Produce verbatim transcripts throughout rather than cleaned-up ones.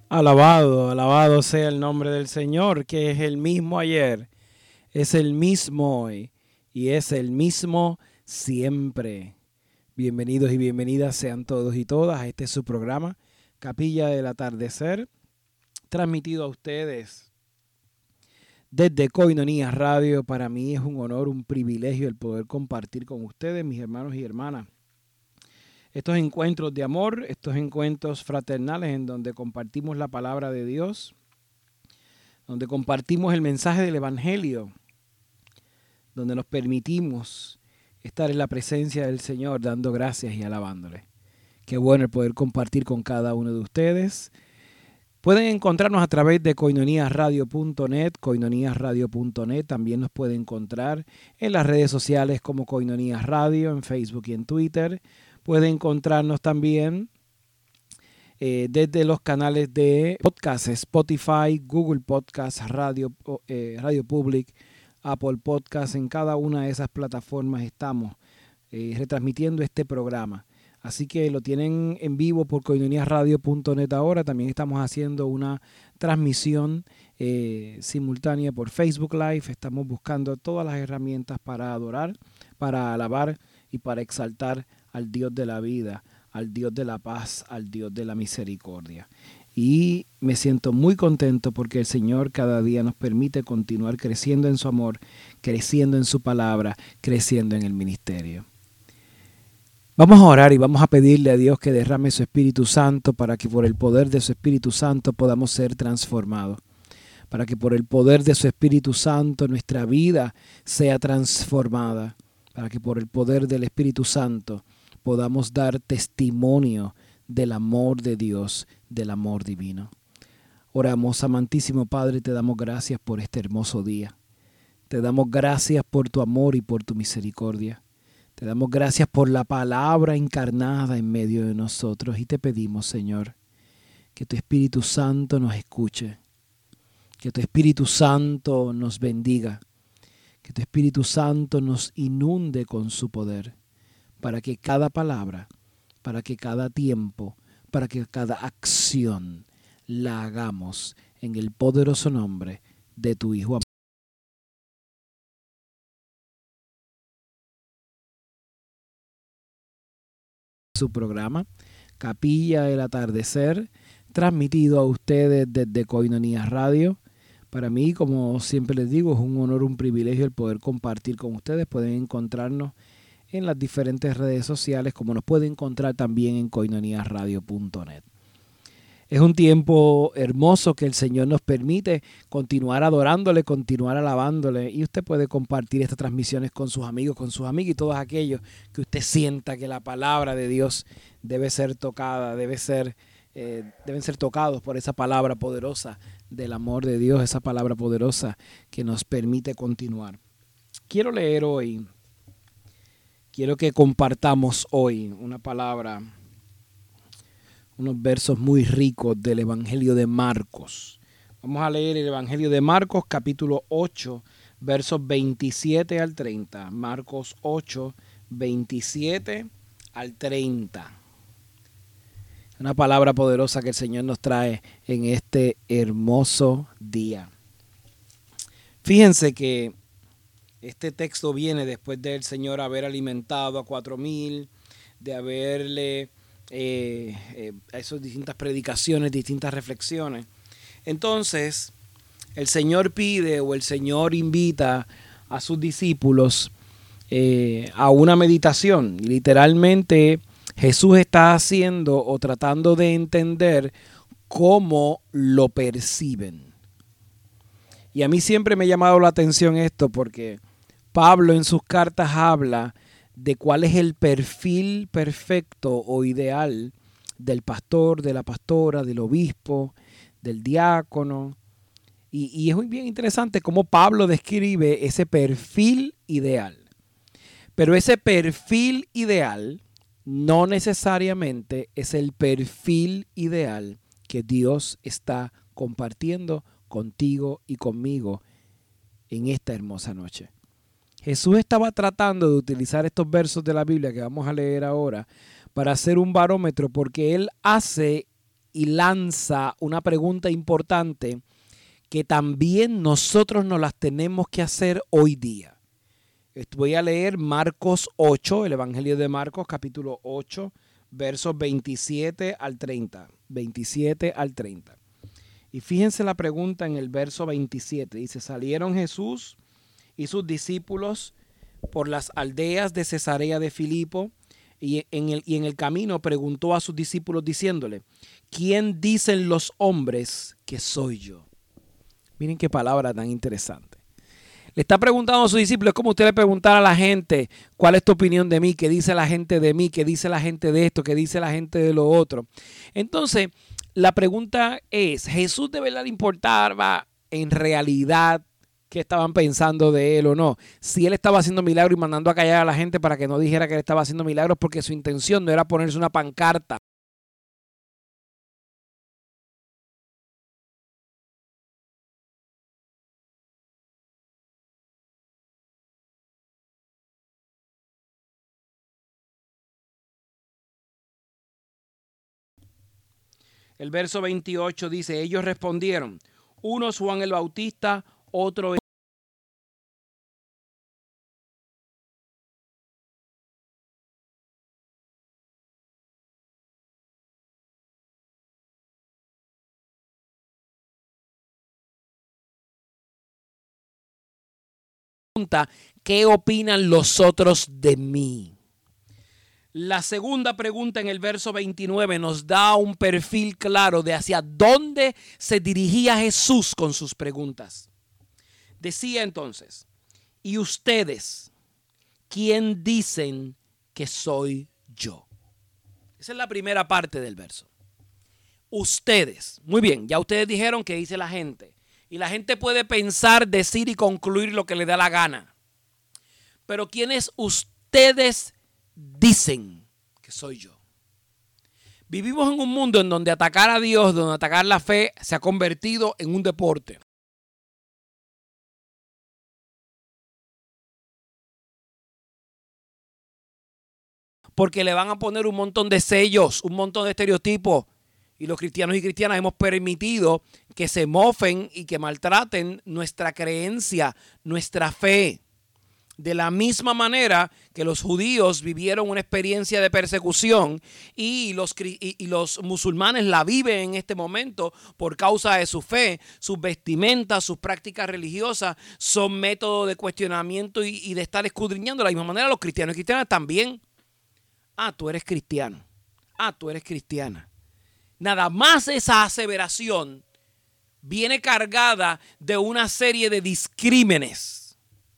Alabado, alabado sea el nombre del Señor, que es el mismo ayer, es el mismo hoy y es el mismo siempre. Bienvenidos y bienvenidas sean todos y todas a este su programa, Capilla del Atardecer, transmitido a ustedes desde Koinonías Radio. Para mí es un honor, un privilegio el poder compartir con ustedes, mis hermanos y hermanas, estos encuentros de amor, estos encuentros fraternales en donde compartimos la palabra de Dios, donde compartimos el mensaje del Evangelio, donde nos permitimos estar en la presencia del Señor dando gracias y alabándole. Qué bueno el poder compartir con cada uno de ustedes. Pueden encontrarnos a través de koinonías radio punto net, koinonías radio punto net. También nos pueden encontrar en las redes sociales como Koinonías Radio, en Facebook y en Twitter. Pueden encontrarnos también eh, desde los canales de podcast, Spotify, Google Podcast, Radio, eh, Radio Public, Apple Podcast. En cada una de esas plataformas estamos eh, retransmitiendo este programa. Así que lo tienen en vivo por koinonías radio punto net ahora. También estamos haciendo una transmisión eh, simultánea por Facebook Live. Estamos buscando todas las herramientas para adorar, para alabar y para exaltar al Dios de la vida, al Dios de la paz, al Dios de la misericordia. Y me siento muy contento porque el Señor cada día nos permite continuar creciendo en su amor, creciendo en su palabra, creciendo en el ministerio. Vamos a orar y vamos a pedirle a Dios que derrame su Espíritu Santo para que por el poder de su Espíritu Santo podamos ser transformados. Para que por el poder de su Espíritu Santo nuestra vida sea transformada. Para que por el poder del Espíritu Santo podamos dar testimonio del amor de Dios, del amor divino. Oramos, amantísimo Padre, te damos gracias por este hermoso día. Te damos gracias por tu amor y por tu misericordia. Te damos gracias por la palabra encarnada en medio de nosotros y te pedimos, Señor, que tu Espíritu Santo nos escuche, que tu Espíritu Santo nos bendiga, que tu Espíritu Santo nos inunde con su poder, para que cada palabra, para que cada tiempo, para que cada acción la hagamos en el poderoso nombre de tu Hijo amado. Su programa, Capilla del Atardecer, transmitido a ustedes desde Koinonías Radio. Para mí, como siempre les digo, es un honor, un privilegio el poder compartir con ustedes. Pueden encontrarnos en las diferentes redes sociales, como nos pueden encontrar también en koinonías radio punto net. Es un tiempo hermoso que el Señor nos permite continuar adorándole, continuar alabándole. Y usted puede compartir estas transmisiones con sus amigos, con sus amigas y todos aquellos que usted sienta que la palabra de Dios debe ser tocada, debe ser, eh, deben ser tocados por esa palabra poderosa del amor de Dios, esa palabra poderosa que nos permite continuar. Quiero leer hoy, quiero que compartamos hoy una palabra, unos versos muy ricos del Evangelio de Marcos. Vamos a leer el Evangelio de Marcos, capítulo ocho, versos veintisiete al treinta. Marcos ocho, veintisiete al treinta. Una palabra poderosa que el Señor nos trae en este hermoso día. Fíjense que este texto viene después del Señor haber alimentado a cuatro mil, de haberle eh, eh, esas distintas predicaciones, distintas reflexiones. Entonces, el Señor pide o el Señor invita a sus discípulos eh, a una meditación. Y literalmente Jesús está haciendo o tratando de entender cómo lo perciben. Y a mí siempre me ha llamado la atención esto porque Pablo en sus cartas habla de cuál es el perfil perfecto o ideal del pastor, de la pastora, del obispo, del diácono. Y, y es muy bien interesante cómo Pablo describe ese perfil ideal. Pero ese perfil ideal no necesariamente es el perfil ideal que Dios está compartiendo contigo y conmigo en esta hermosa noche. Jesús estaba tratando de utilizar estos versos de la Biblia que vamos a leer ahora para hacer un barómetro, porque Él hace y lanza una pregunta importante que también nosotros nos las tenemos que hacer hoy día. Voy a leer Marcos ocho, el Evangelio de Marcos, capítulo ocho, versos veintisiete al treinta. veintisiete al treinta. Y fíjense la pregunta en el verso veintisiete. Dice, salieron Jesús y sus discípulos por las aldeas de Cesarea de Filipo y en el, y en el camino preguntó a sus discípulos diciéndole, ¿quién dicen los hombres que soy yo? Miren qué palabra tan interesante. Le está preguntando a sus discípulos, es como usted le preguntara a la gente, ¿cuál es tu opinión de mí? ¿Qué dice la gente de mí? ¿Qué dice la gente de esto? ¿Qué dice la gente de lo otro? Entonces, la pregunta es, ¿Jesús de verdad le importaba en realidad qué estaban pensando de él o no? Si él estaba haciendo milagros y mandando a callar a la gente para que no dijera que él estaba haciendo milagros, porque su intención no era ponerse una pancarta. El verso veintiocho dice, ellos respondieron, uno es Juan el Bautista, otro es ¿qué opinan los otros de mí? La segunda pregunta en el verso veintinueve nos da un perfil claro de hacia dónde se dirigía Jesús con sus preguntas. Decía entonces, ¿y ustedes quién dicen que soy yo? Esa es la primera parte del verso. Ustedes, muy bien, ya ustedes dijeron que dice la gente. Y la gente puede pensar, decir y concluir lo que le da la gana. Pero ¿quiénes ustedes dicen que soy yo? Vivimos en un mundo en donde atacar a Dios, donde atacar la fe se ha convertido en un deporte. Porque le van a poner un montón de sellos, un montón de estereotipos. Y los cristianos y cristianas hemos permitido que se mofen y que maltraten nuestra creencia, nuestra fe. De la misma manera que los judíos vivieron una experiencia de persecución y los, y, y los musulmanes la viven en este momento por causa de su fe, sus vestimentas, sus prácticas religiosas son métodos de cuestionamiento y, y de estar escudriñando. De la misma manera los cristianos y cristianas también. Ah, tú eres cristiano. Ah, tú eres cristiana. Nada más esa aseveración viene cargada de una serie de discrímenes.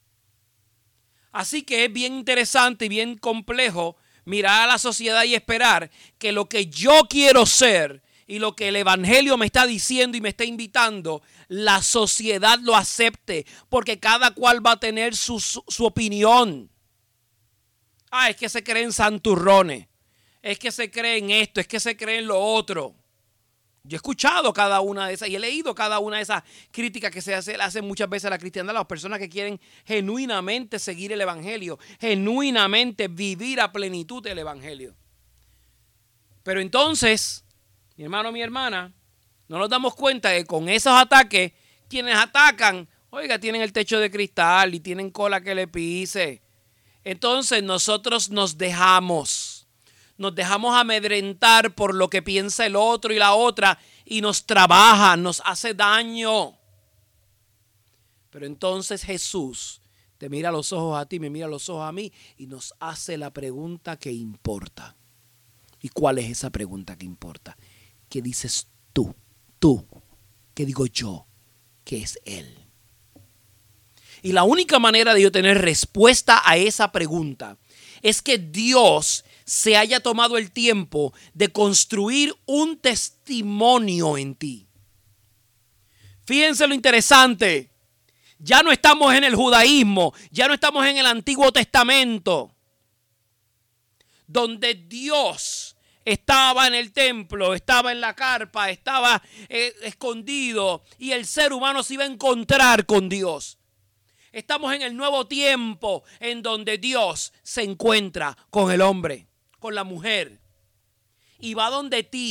Así que es bien interesante y bien complejo mirar a la sociedad y esperar que lo que yo quiero ser y lo que el evangelio me está diciendo y me está invitando, la sociedad lo acepte, porque cada cual va a tener su, su, su opinión. Ah, es que se creen santurrones. Es que se cree en esto, es que se cree en lo otro. Yo he escuchado cada una de esas y he leído cada una de esas críticas que se hace, hacen muchas veces a la cristiandad, a las personas que quieren genuinamente seguir el evangelio, genuinamente vivir a plenitud el evangelio. Pero entonces, mi hermano, mi hermana, no nos damos cuenta que con esos ataques, quienes atacan, oiga, tienen el techo de cristal y tienen cola que le pise. Entonces nosotros nos dejamos. Nos dejamos amedrentar por lo que piensa el otro y la otra y nos trabaja, nos hace daño. Pero entonces Jesús te mira a los ojos a ti, me mira a los ojos a mí y nos hace la pregunta que importa. ¿Y cuál es esa pregunta que importa? ¿Qué dices tú? Tú. ¿Qué digo yo? ¿Qué es Él? Y la única manera de yo tener respuesta a esa pregunta es que Dios se haya tomado el tiempo de construir un testimonio en ti. Fíjense lo interesante. Ya no estamos en el judaísmo, ya no estamos en el Antiguo Testamento, donde Dios estaba en el templo, estaba en la carpa, estaba eh, escondido y el ser humano se iba a encontrar con Dios. Estamos en el nuevo tiempo en donde Dios se encuentra con el hombre, con la mujer. Y va donde ti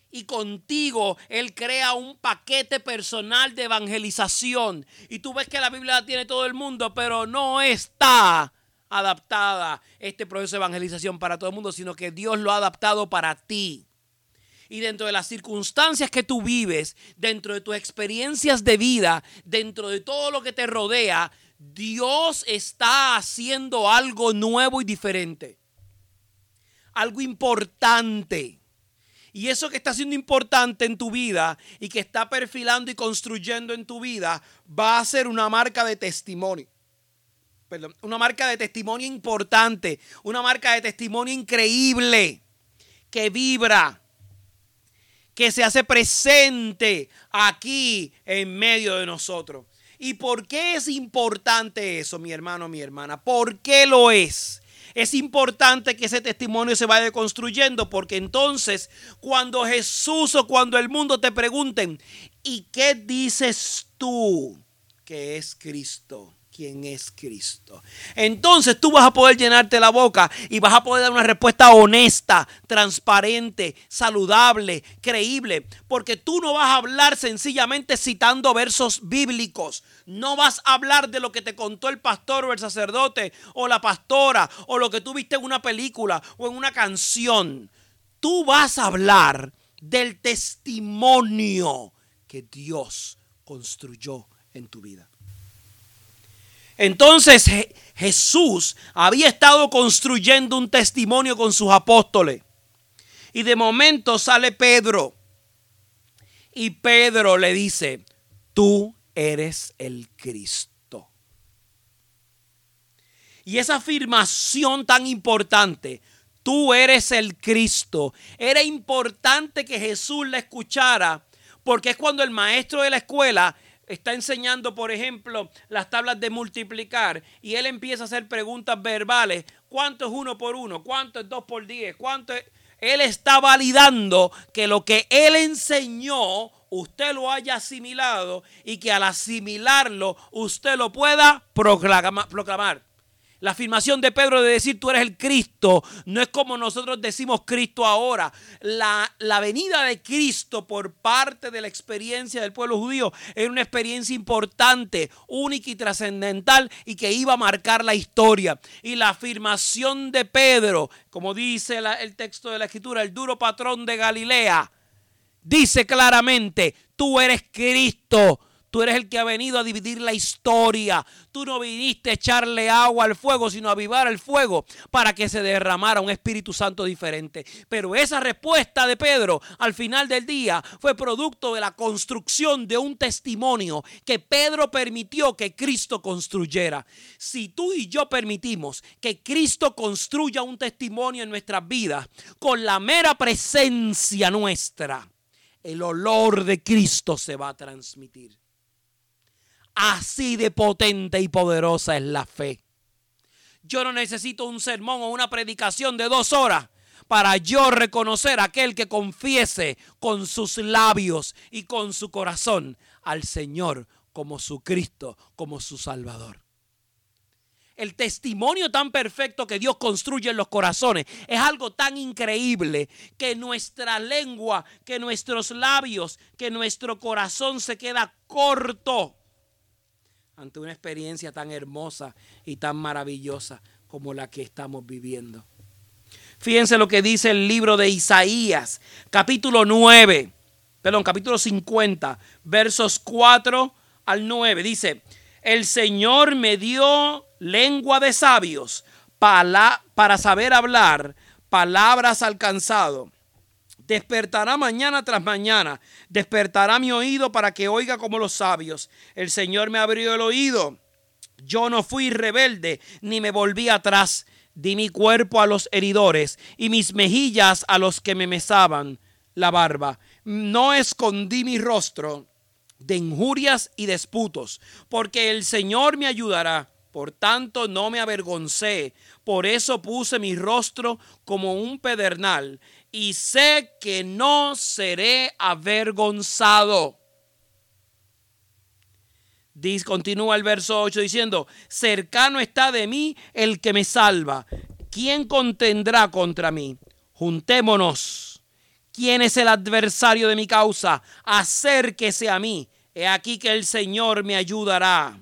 Y contigo Él crea un paquete personal de evangelización. Y tú ves que la Biblia la tiene todo el mundo, pero no está adaptada este proceso de evangelización para todo el mundo, sino que Dios lo ha adaptado para ti. Y dentro de las circunstancias que tú vives, dentro de tus experiencias de vida, dentro de todo lo que te rodea, Dios está haciendo algo nuevo y diferente. Algo importante. Y eso que está siendo importante en tu vida y que está perfilando y construyendo en tu vida va a ser una marca de testimonio. Perdón, una marca de testimonio importante, una marca de testimonio increíble que vibra, que se hace presente aquí en medio de nosotros. ¿Y por qué es importante eso, mi hermano, mi hermana? ¿Por qué lo es? Es importante que ese testimonio se vaya construyendo, porque entonces cuando Jesús o cuando el mundo te pregunten, ¿y qué dices tú que es Cristo? ¿Quién es Cristo? Entonces tú vas a poder llenarte la boca y vas a poder dar una respuesta honesta, transparente, saludable, creíble, porque tú no vas a hablar sencillamente citando versos bíblicos. No vas a hablar de lo que te contó el pastor o el sacerdote o la pastora o lo que tú viste en una película o en una canción. Tú vas a hablar del testimonio que Dios construyó en tu vida. Entonces Jesús había estado construyendo un testimonio con sus apóstoles. Y de momento sale Pedro. Y Pedro le dice, tú eres el Cristo. Y esa afirmación tan importante, tú eres el Cristo, era importante que Jesús la escuchara, porque es cuando el maestro de la escuela está enseñando, por ejemplo, las tablas de multiplicar y él empieza a hacer preguntas verbales. ¿Cuánto es uno por uno? ¿Cuánto es dos por diez? ¿Cuánto es? Él está validando que lo que él enseñó, usted lo haya asimilado y que al asimilarlo, usted lo pueda proclamar. La afirmación de Pedro de decir tú eres el Cristo no es como nosotros decimos Cristo ahora. La, la venida de Cristo por parte de la experiencia del pueblo judío era una experiencia importante, única y trascendental y que iba a marcar la historia. Y la afirmación de Pedro, como dice la, el texto de la Escritura, el duro patrón de Galilea, dice claramente, tú eres Cristo. Tú eres el que ha venido a dividir la historia. Tú no viniste a echarle agua al fuego, sino a avivar el fuego para que se derramara un Espíritu Santo diferente. Pero esa respuesta de Pedro al final del día fue producto de la construcción de un testimonio que Pedro permitió que Cristo construyera. Si tú y yo permitimos que Cristo construya un testimonio en nuestras vidas, con la mera presencia nuestra, el olor de Cristo se va a transmitir. Así de potente y poderosa es la fe. Yo no necesito un sermón o una predicación de dos horas para yo reconocer a aquel que confiese con sus labios y con su corazón al Señor como su Cristo, como su Salvador. El testimonio tan perfecto que Dios construye en los corazones es algo tan increíble que nuestra lengua, que nuestros labios, que nuestro corazón se queda corto ante una experiencia tan hermosa y tan maravillosa como la que estamos viviendo. Fíjense lo que dice el libro de Isaías, capítulo nueve, perdón, capítulo cincuenta, versos cuatro al nueve. Dice, el Señor me dio lengua de sabios para, para saber hablar palabras alcanzado. Despertará mañana tras mañana, despertará mi oído para que oiga como los sabios. El Señor me abrió el oído. Yo no fui rebelde, ni me volví atrás. Di mi cuerpo a los heridores y mis mejillas a los que me mesaban la barba. No escondí mi rostro de injurias y disputos, porque el Señor me ayudará. Por tanto, no me avergoncé. Por eso puse mi rostro como un pedernal y sé que no seré avergonzado. Dice, continúa el verso ocho diciendo, cercano está de mí el que me salva. ¿Quién contendrá contra mí? Juntémonos. ¿Quién es el adversario de mi causa? Acérquese a mí. He aquí que el Señor me ayudará.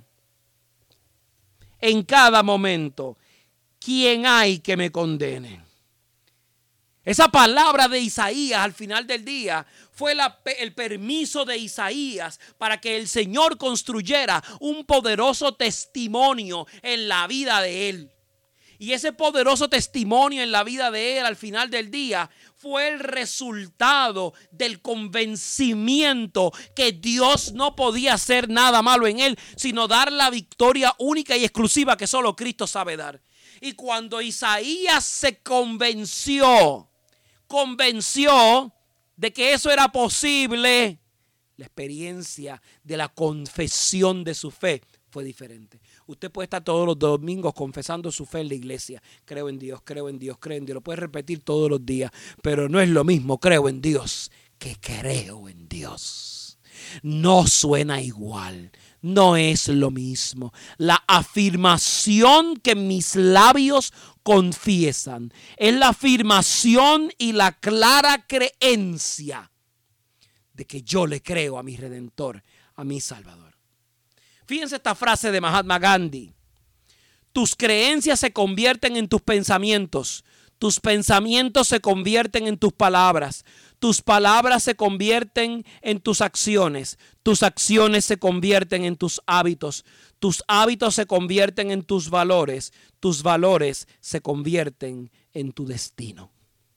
En cada momento, ¿quién hay que me condene? Esa palabra de Isaías al final del día fue la, el permiso de Isaías para que el Señor construyera un poderoso testimonio en la vida de él. Y ese poderoso testimonio en la vida de él al final del día fue el resultado del convencimiento que Dios no podía hacer nada malo en él, sino dar la victoria única y exclusiva que solo Cristo sabe dar. Y cuando Isaías se convenció, convenció de que eso era posible, la experiencia de la confesión de su fe fue diferente. Usted puede estar todos los domingos confesando su fe en la iglesia. Creo en Dios, creo en Dios, creo en Dios. Lo puede repetir todos los días, pero no es lo mismo creo en Dios que creo en Dios. No suena igual, no es lo mismo. La afirmación que mis labios confiesan es la afirmación y la clara creencia de que yo le creo a mi Redentor, a mi Salvador. Fíjense esta frase de Mahatma Gandhi. Tus creencias se convierten en tus pensamientos. Tus pensamientos se convierten en tus palabras. Tus palabras se convierten en tus acciones. Tus acciones se convierten en tus hábitos. Tus hábitos se convierten en tus valores. Tus valores se convierten en tu destino.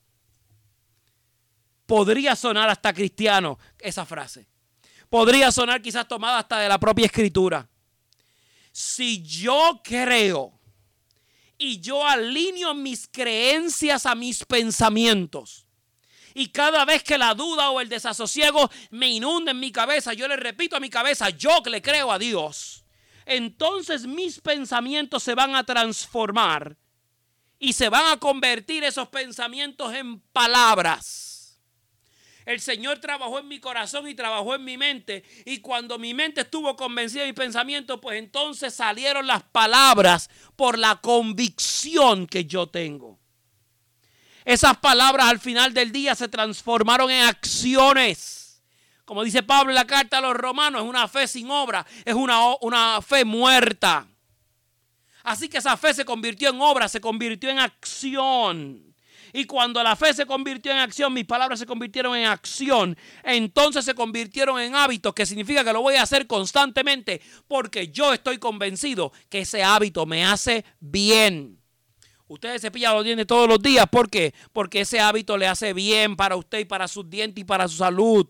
Podría sonar hasta cristiano esa frase. Podría sonar quizás tomada hasta de la propia escritura. Si yo creo y yo alineo mis creencias a mis pensamientos, y cada vez que la duda o el desasosiego me inunda en mi cabeza, yo le repito a mi cabeza, yo que le creo a Dios, entonces mis pensamientos se van a transformar y se van a convertir esos pensamientos en palabras. El Señor trabajó en mi corazón y trabajó en mi mente. Y cuando mi mente estuvo convencida de mi pensamiento, pues entonces salieron las palabras por la convicción que yo tengo. Esas palabras al final del día se transformaron en acciones. Como dice Pablo en la carta a los romanos, es una fe sin obra, es una, una fe muerta. Así que esa fe se convirtió en obra, se convirtió en acción. Y cuando la fe se convirtió en acción, mis palabras se convirtieron en acción, entonces se convirtieron en hábitos, que significa que lo voy a hacer constantemente porque yo estoy convencido que ese hábito me hace bien. Ustedes se cepillan los dientes todos los días, ¿por qué? Porque ese hábito le hace bien para usted y para sus dientes y para su salud.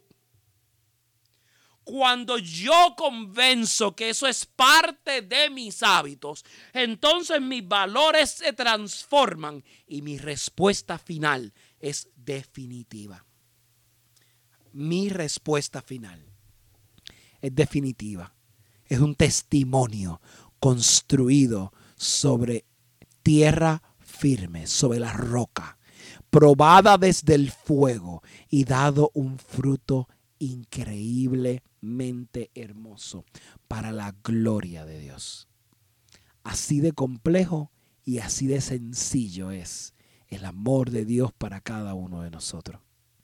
Cuando yo convenzo que eso es parte de mis hábitos, entonces mis valores se transforman y mi respuesta final es definitiva. Mi respuesta final es definitiva. Es un testimonio construido sobre tierra firme, sobre la roca, probada desde el fuego y dado un fruto increíblemente hermoso para la gloria de Dios. Así de complejo y así de sencillo es el amor de Dios para cada uno de nosotros.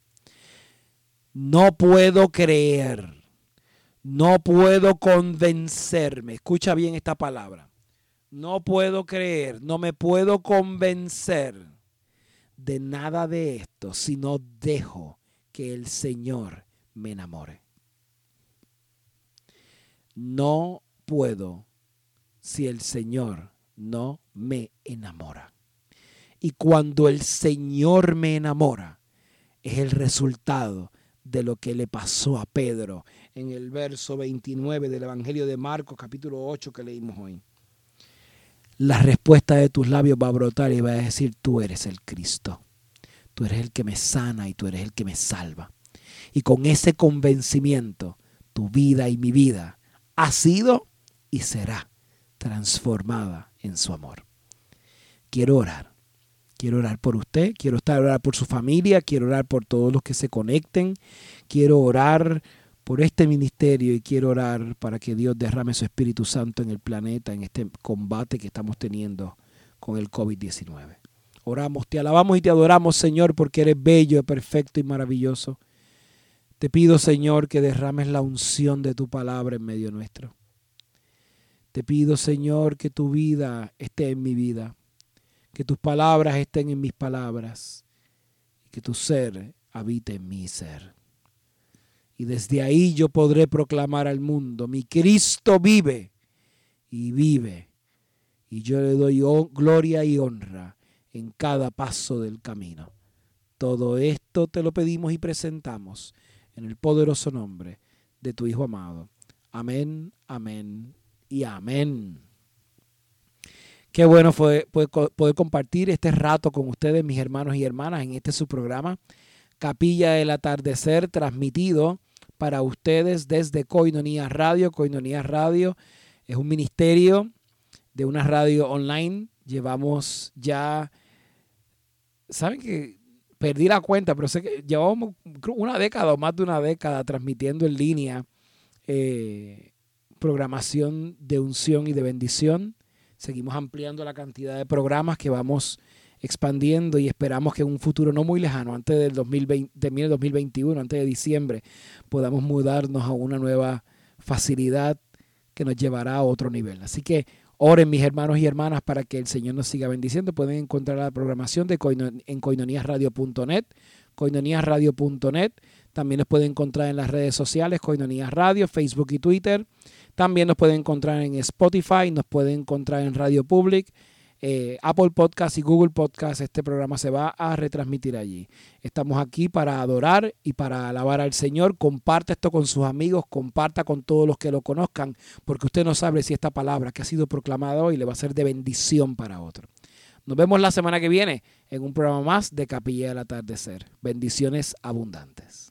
No puedo creer, no puedo convencerme. Escucha bien esta palabra. No puedo creer, no me puedo convencer de nada de esto si no dejo que el Señor me enamore. No puedo si el Señor no me enamora. Y cuando el Señor me enamora, es el resultado de lo que le pasó a Pedro en el verso veintinueve del Evangelio de Marcos, capítulo ocho, que leímos hoy. La respuesta de tus labios va a brotar y va a decir, tú eres el Cristo. Tú eres el que me sana y tú eres el que me salva. Y con ese convencimiento, tu vida y mi vida ha sido y será transformada en su amor. Quiero orar. Quiero orar por usted, quiero orar por su familia, quiero orar por todos los que se conecten, quiero orar por este ministerio y quiero orar para que Dios derrame su Espíritu Santo en el planeta, en este combate que estamos teniendo con el COVID diecinueve. Oramos, te alabamos y te adoramos, Señor, porque eres bello, perfecto y maravilloso. Te pido, Señor, que derrames la unción de tu palabra en medio nuestro. Te pido, Señor, que tu vida esté en mi vida, que tus palabras estén en mis palabras y que tu ser habite en mi ser. Y desde ahí yo podré proclamar al mundo, mi Cristo vive y vive. Y yo le doy gloria y honra en cada paso del camino. Todo esto te lo pedimos y presentamos en el poderoso nombre de tu Hijo amado. Amén, amén y amén. Qué bueno fue poder compartir este rato con ustedes, mis hermanos y hermanas, en este su programa, Capilla del Atardecer, transmitido para ustedes desde Koinonías Radio. Koinonías Radio es un ministerio de una radio online. Llevamos ya, ¿saben qué? Perdí la cuenta, pero sé que llevamos una década o más de una década transmitiendo en línea eh, programación de unción y de bendición. Seguimos ampliando la cantidad de programas que vamos expandiendo y esperamos que en un futuro no muy lejano, antes del dos mil veinte, del dos mil veintiuno, antes de diciembre, podamos mudarnos a una nueva facilidad que nos llevará a otro nivel. Así que oren, mis hermanos y hermanas, para que el Señor nos siga bendiciendo. Pueden encontrar la programación de Koino, en koinonías radio punto net, koinonías radio punto net. También nos pueden encontrar en las redes sociales, Koinonías Radio, Facebook y Twitter. También nos pueden encontrar en Spotify, nos pueden encontrar en Radio Public, eh, Apple Podcast y Google Podcast. Este programa se va a retransmitir allí. Estamos aquí para adorar y para alabar al Señor. Comparta esto con sus amigos, comparta con todos los que lo conozcan, porque usted no sabe si esta palabra que ha sido proclamada hoy le va a ser de bendición para otro. Nos vemos la semana que viene en un programa más de Capilla del Atardecer. Bendiciones abundantes.